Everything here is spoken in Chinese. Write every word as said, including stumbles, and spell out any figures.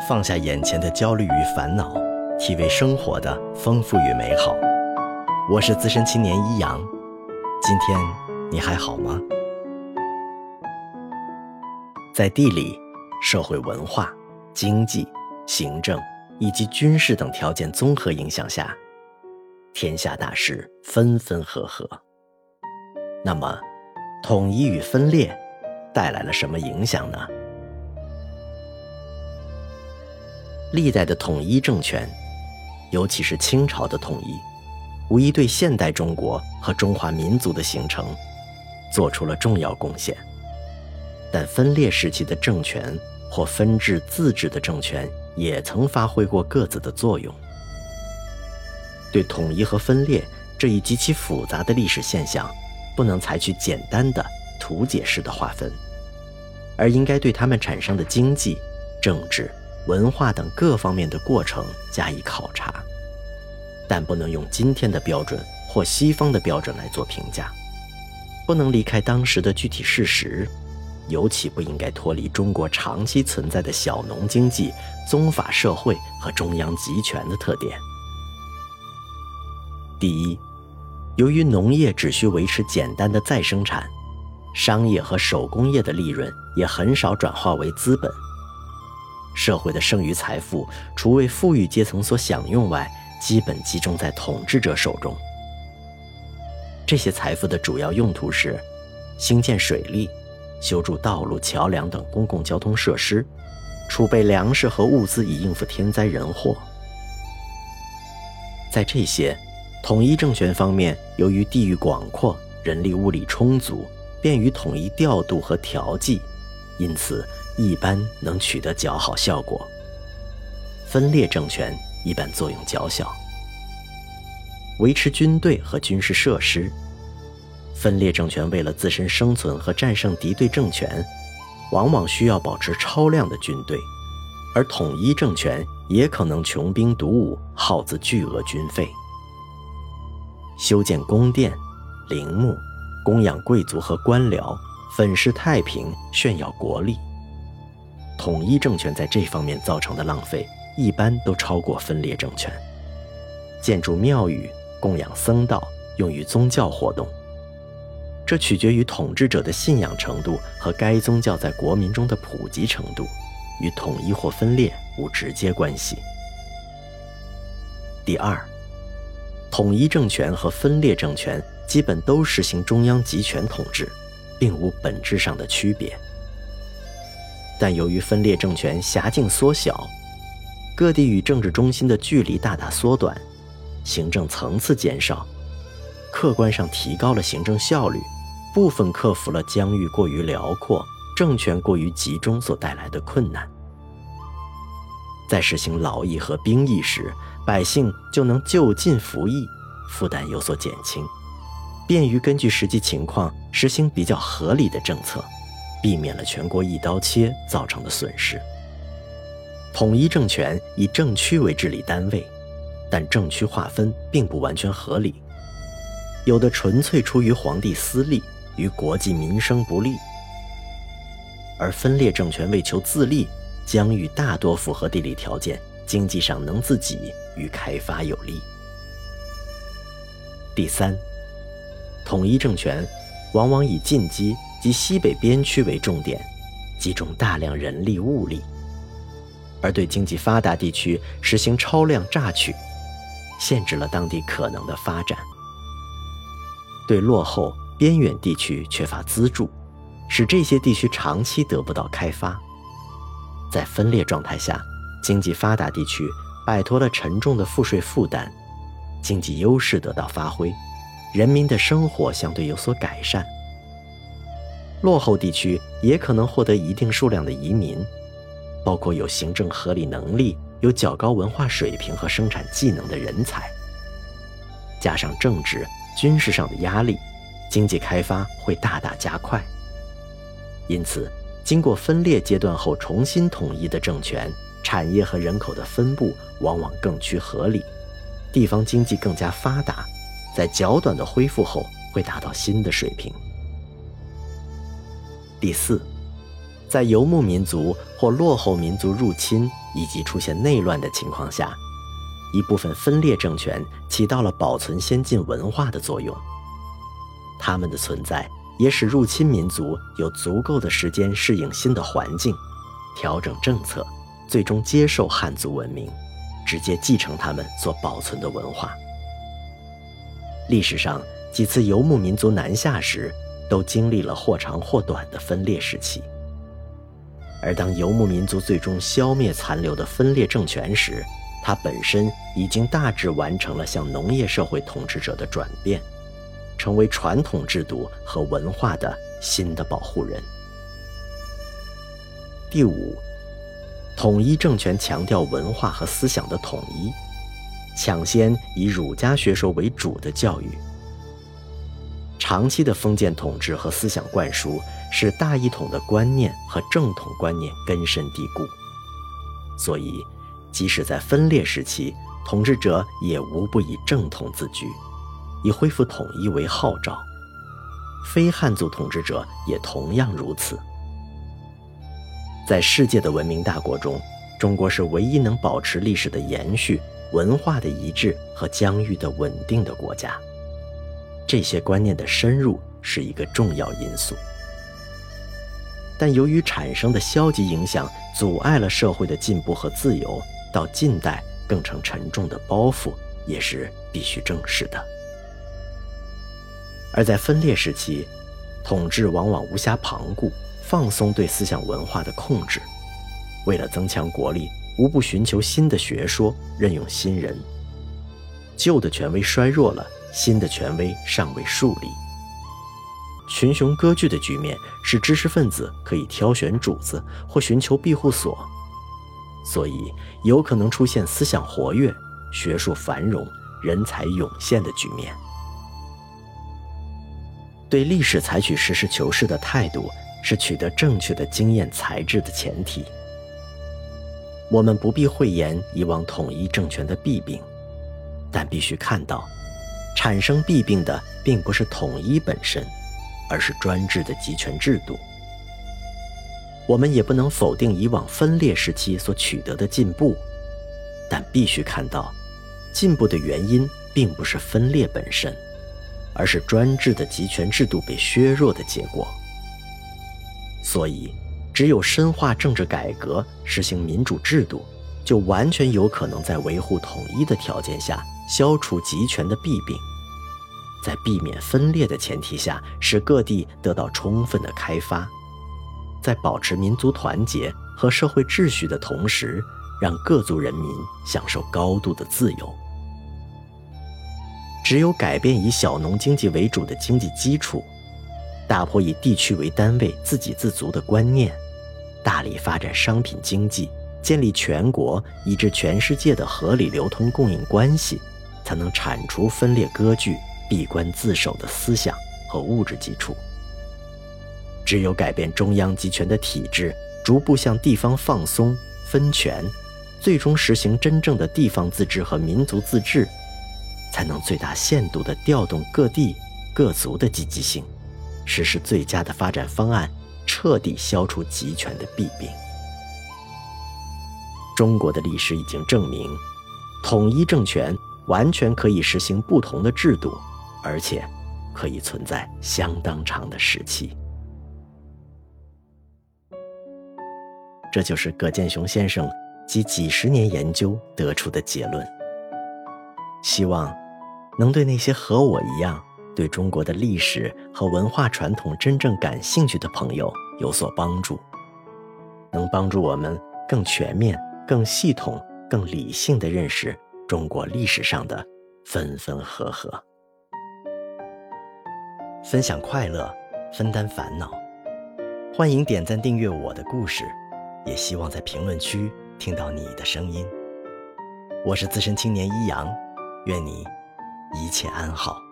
放下眼前的焦虑与烦恼，体味生活的丰富与美好。我是资深青年一阳，今天你还好吗？在地理、社会文化、经济、行政以及军事等条件综合影响下，天下大势分分合合。那么，统一与分裂带来了什么影响呢？历代的统一政权，尤其是清朝的统一，无疑对现代中国和中华民族的形成做出了重要贡献。但分裂时期的政权或分治自治的政权也曾发挥过各自的作用。对统一和分裂这一极其复杂的历史现象，不能采取简单的图解式的划分，而应该对它们产生的经济、政治、文化等各方面的过程加以考察，但不能用今天的标准或西方的标准来做评价，不能离开当时的具体事实，尤其不应该脱离中国长期存在的小农经济、宗法社会和中央集权的特点。第一，由于农业只需维持简单的再生产，商业和手工业的利润也很少转化为资本，社会的剩余财富除为富裕阶层所享用外，基本集中在统治者手中。这些财富的主要用途是兴建水利、修筑道路、桥梁等公共交通设施，储备粮食和物资以应付天灾人祸。在这些统一政权方面，由于地域广阔，人力物力充足，便于统一调度和调剂，因此一般能取得较好效果。分裂政权一般作用较小。维持军队和军事设施，分裂政权为了自身生存和战胜敌对政权，往往需要保持超量的军队，而统一政权也可能穷兵黩武，耗资巨额军费。修建宫殿、陵墓，供养贵族和官僚，粉饰太平，炫耀国力。统一政权在这方面造成的浪费，一般都超过分裂政权。建筑庙宇，供养僧道，用于宗教活动，这取决于统治者的信仰程度和该宗教在国民中的普及程度，与统一或分裂无直接关系。第二，统一政权和分裂政权基本都实行中央集权统治，并无本质上的区别。但由于分裂政权辖境缩小，各地与政治中心的距离大大缩短，行政层次减少，客观上提高了行政效率，部分克服了疆域过于辽阔、政权过于集中所带来的困难。在实行劳役和兵役时，百姓就能就近服役，负担有所减轻，便于根据实际情况实行比较合理的政策，避免了全国一刀切造成的损失。统一政权以政区为治理单位，但政区划分并不完全合理，有的纯粹出于皇帝私利，与国计民生不利。而分裂政权为求自立，疆域大多符合地理条件，经济上能自给，与开发有利。第三，统一政权往往以近畿及西北边区为重点，集中大量人力物力，而对经济发达地区实行超量榨取，限制了当地可能的发展。对落后边远地区缺乏资助，使这些地区长期得不到开发。在分裂状态下，经济发达地区摆脱了沉重的赋税负担，经济优势得到发挥，人民的生活相对有所改善。落后地区也可能获得一定数量的移民，包括有行政合理能力、有较高文化水平和生产技能的人才。加上政治、军事上的压力，经济开发会大大加快。因此，经过分裂阶段后重新统一的政权，产业和人口的分布往往更趋合理，地方经济更加发达，在较短的恢复后会达到新的水平。第四， 在游牧民族或落后民族入侵以及出现内乱的情况下，一部分分裂政权起到了保存先进文化的作用。它们的存在也使入侵民族有足够的时间适应新的环境，调整政策，最终接受汉族文明，直接继承他们所保存的文化。历史上几次游牧民族南下时，都经历了或长或短的分裂时期。而当游牧民族最终消灭残留的分裂政权时，它本身已经大致完成了向农业社会统治者的转变，成为传统制度和文化的新的保护人。第五，统一政权强调文化和思想的统一，抢先以儒家学说为主的教育。长期的封建统治和思想灌输，使大一统的观念和正统观念根深蒂固。所以，即使在分裂时期，统治者也无不以正统自居，以恢复统一为号召。非汉族统治者也同样如此。在世界的文明大国中，中国是唯一能保持历史的延续、文化的一致和疆域的稳定的国家。这些观念的深入是一个重要因素，但由于产生的消极影响阻碍了社会的进步和自由，到近代更成沉重的包袱，也是必须正视的。而在分裂时期，统治往往无暇旁顾，放松对思想文化的控制，为了增强国力，无不寻求新的学说，任用新人。旧的权威衰弱了，新的权威尚未树立。群雄割据的局面使知识分子可以挑选主子或寻求庇护所，所以有可能出现思想活跃、学术繁荣、人才涌现的局面。对历史采取实事求是的态度，是取得正确的经验才智的前提。我们不必讳言以往统一政权的弊病，但必须看到，产生弊病的并不是统一本身，而是专制的集权制度。我们也不能否定以往分裂时期所取得的进步，但必须看到，进步的原因并不是分裂本身，而是专制的集权制度被削弱的结果。所以，只有深化政治改革，实行民主制度，就完全有可能在维护统一的条件下消除集权的弊病，在避免分裂的前提下，使各地得到充分的开发，在保持民族团结和社会秩序的同时，让各族人民享受高度的自由。只有改变以小农经济为主的经济基础，打破以地区为单位自给自足的观念，大力发展商品经济，建立全国以至全世界的合理流通供应关系，才能铲除分裂割据、闭关自守的思想和物质基础。只有改变中央集权的体制，逐步向地方放松分权，最终实行真正的地方自治和民族自治，才能最大限度地调动各地各族的积极性，实施最佳的发展方案，彻底消除集权的弊病。中国的历史已经证明，统一政权完全可以实行不同的制度，而且可以存在相当长的时期。这就是葛剑雄先生几几十年研究得出的结论。希望能对那些和我一样对中国的历史和文化传统真正感兴趣的朋友有所帮助，能帮助我们更全面、更系统、更理性地认识中国历史上的分分合合。分享快乐，分担烦恼。欢迎点赞订阅我的故事，也希望在评论区听到你的声音。我是资深青年一阳，愿你一切安好。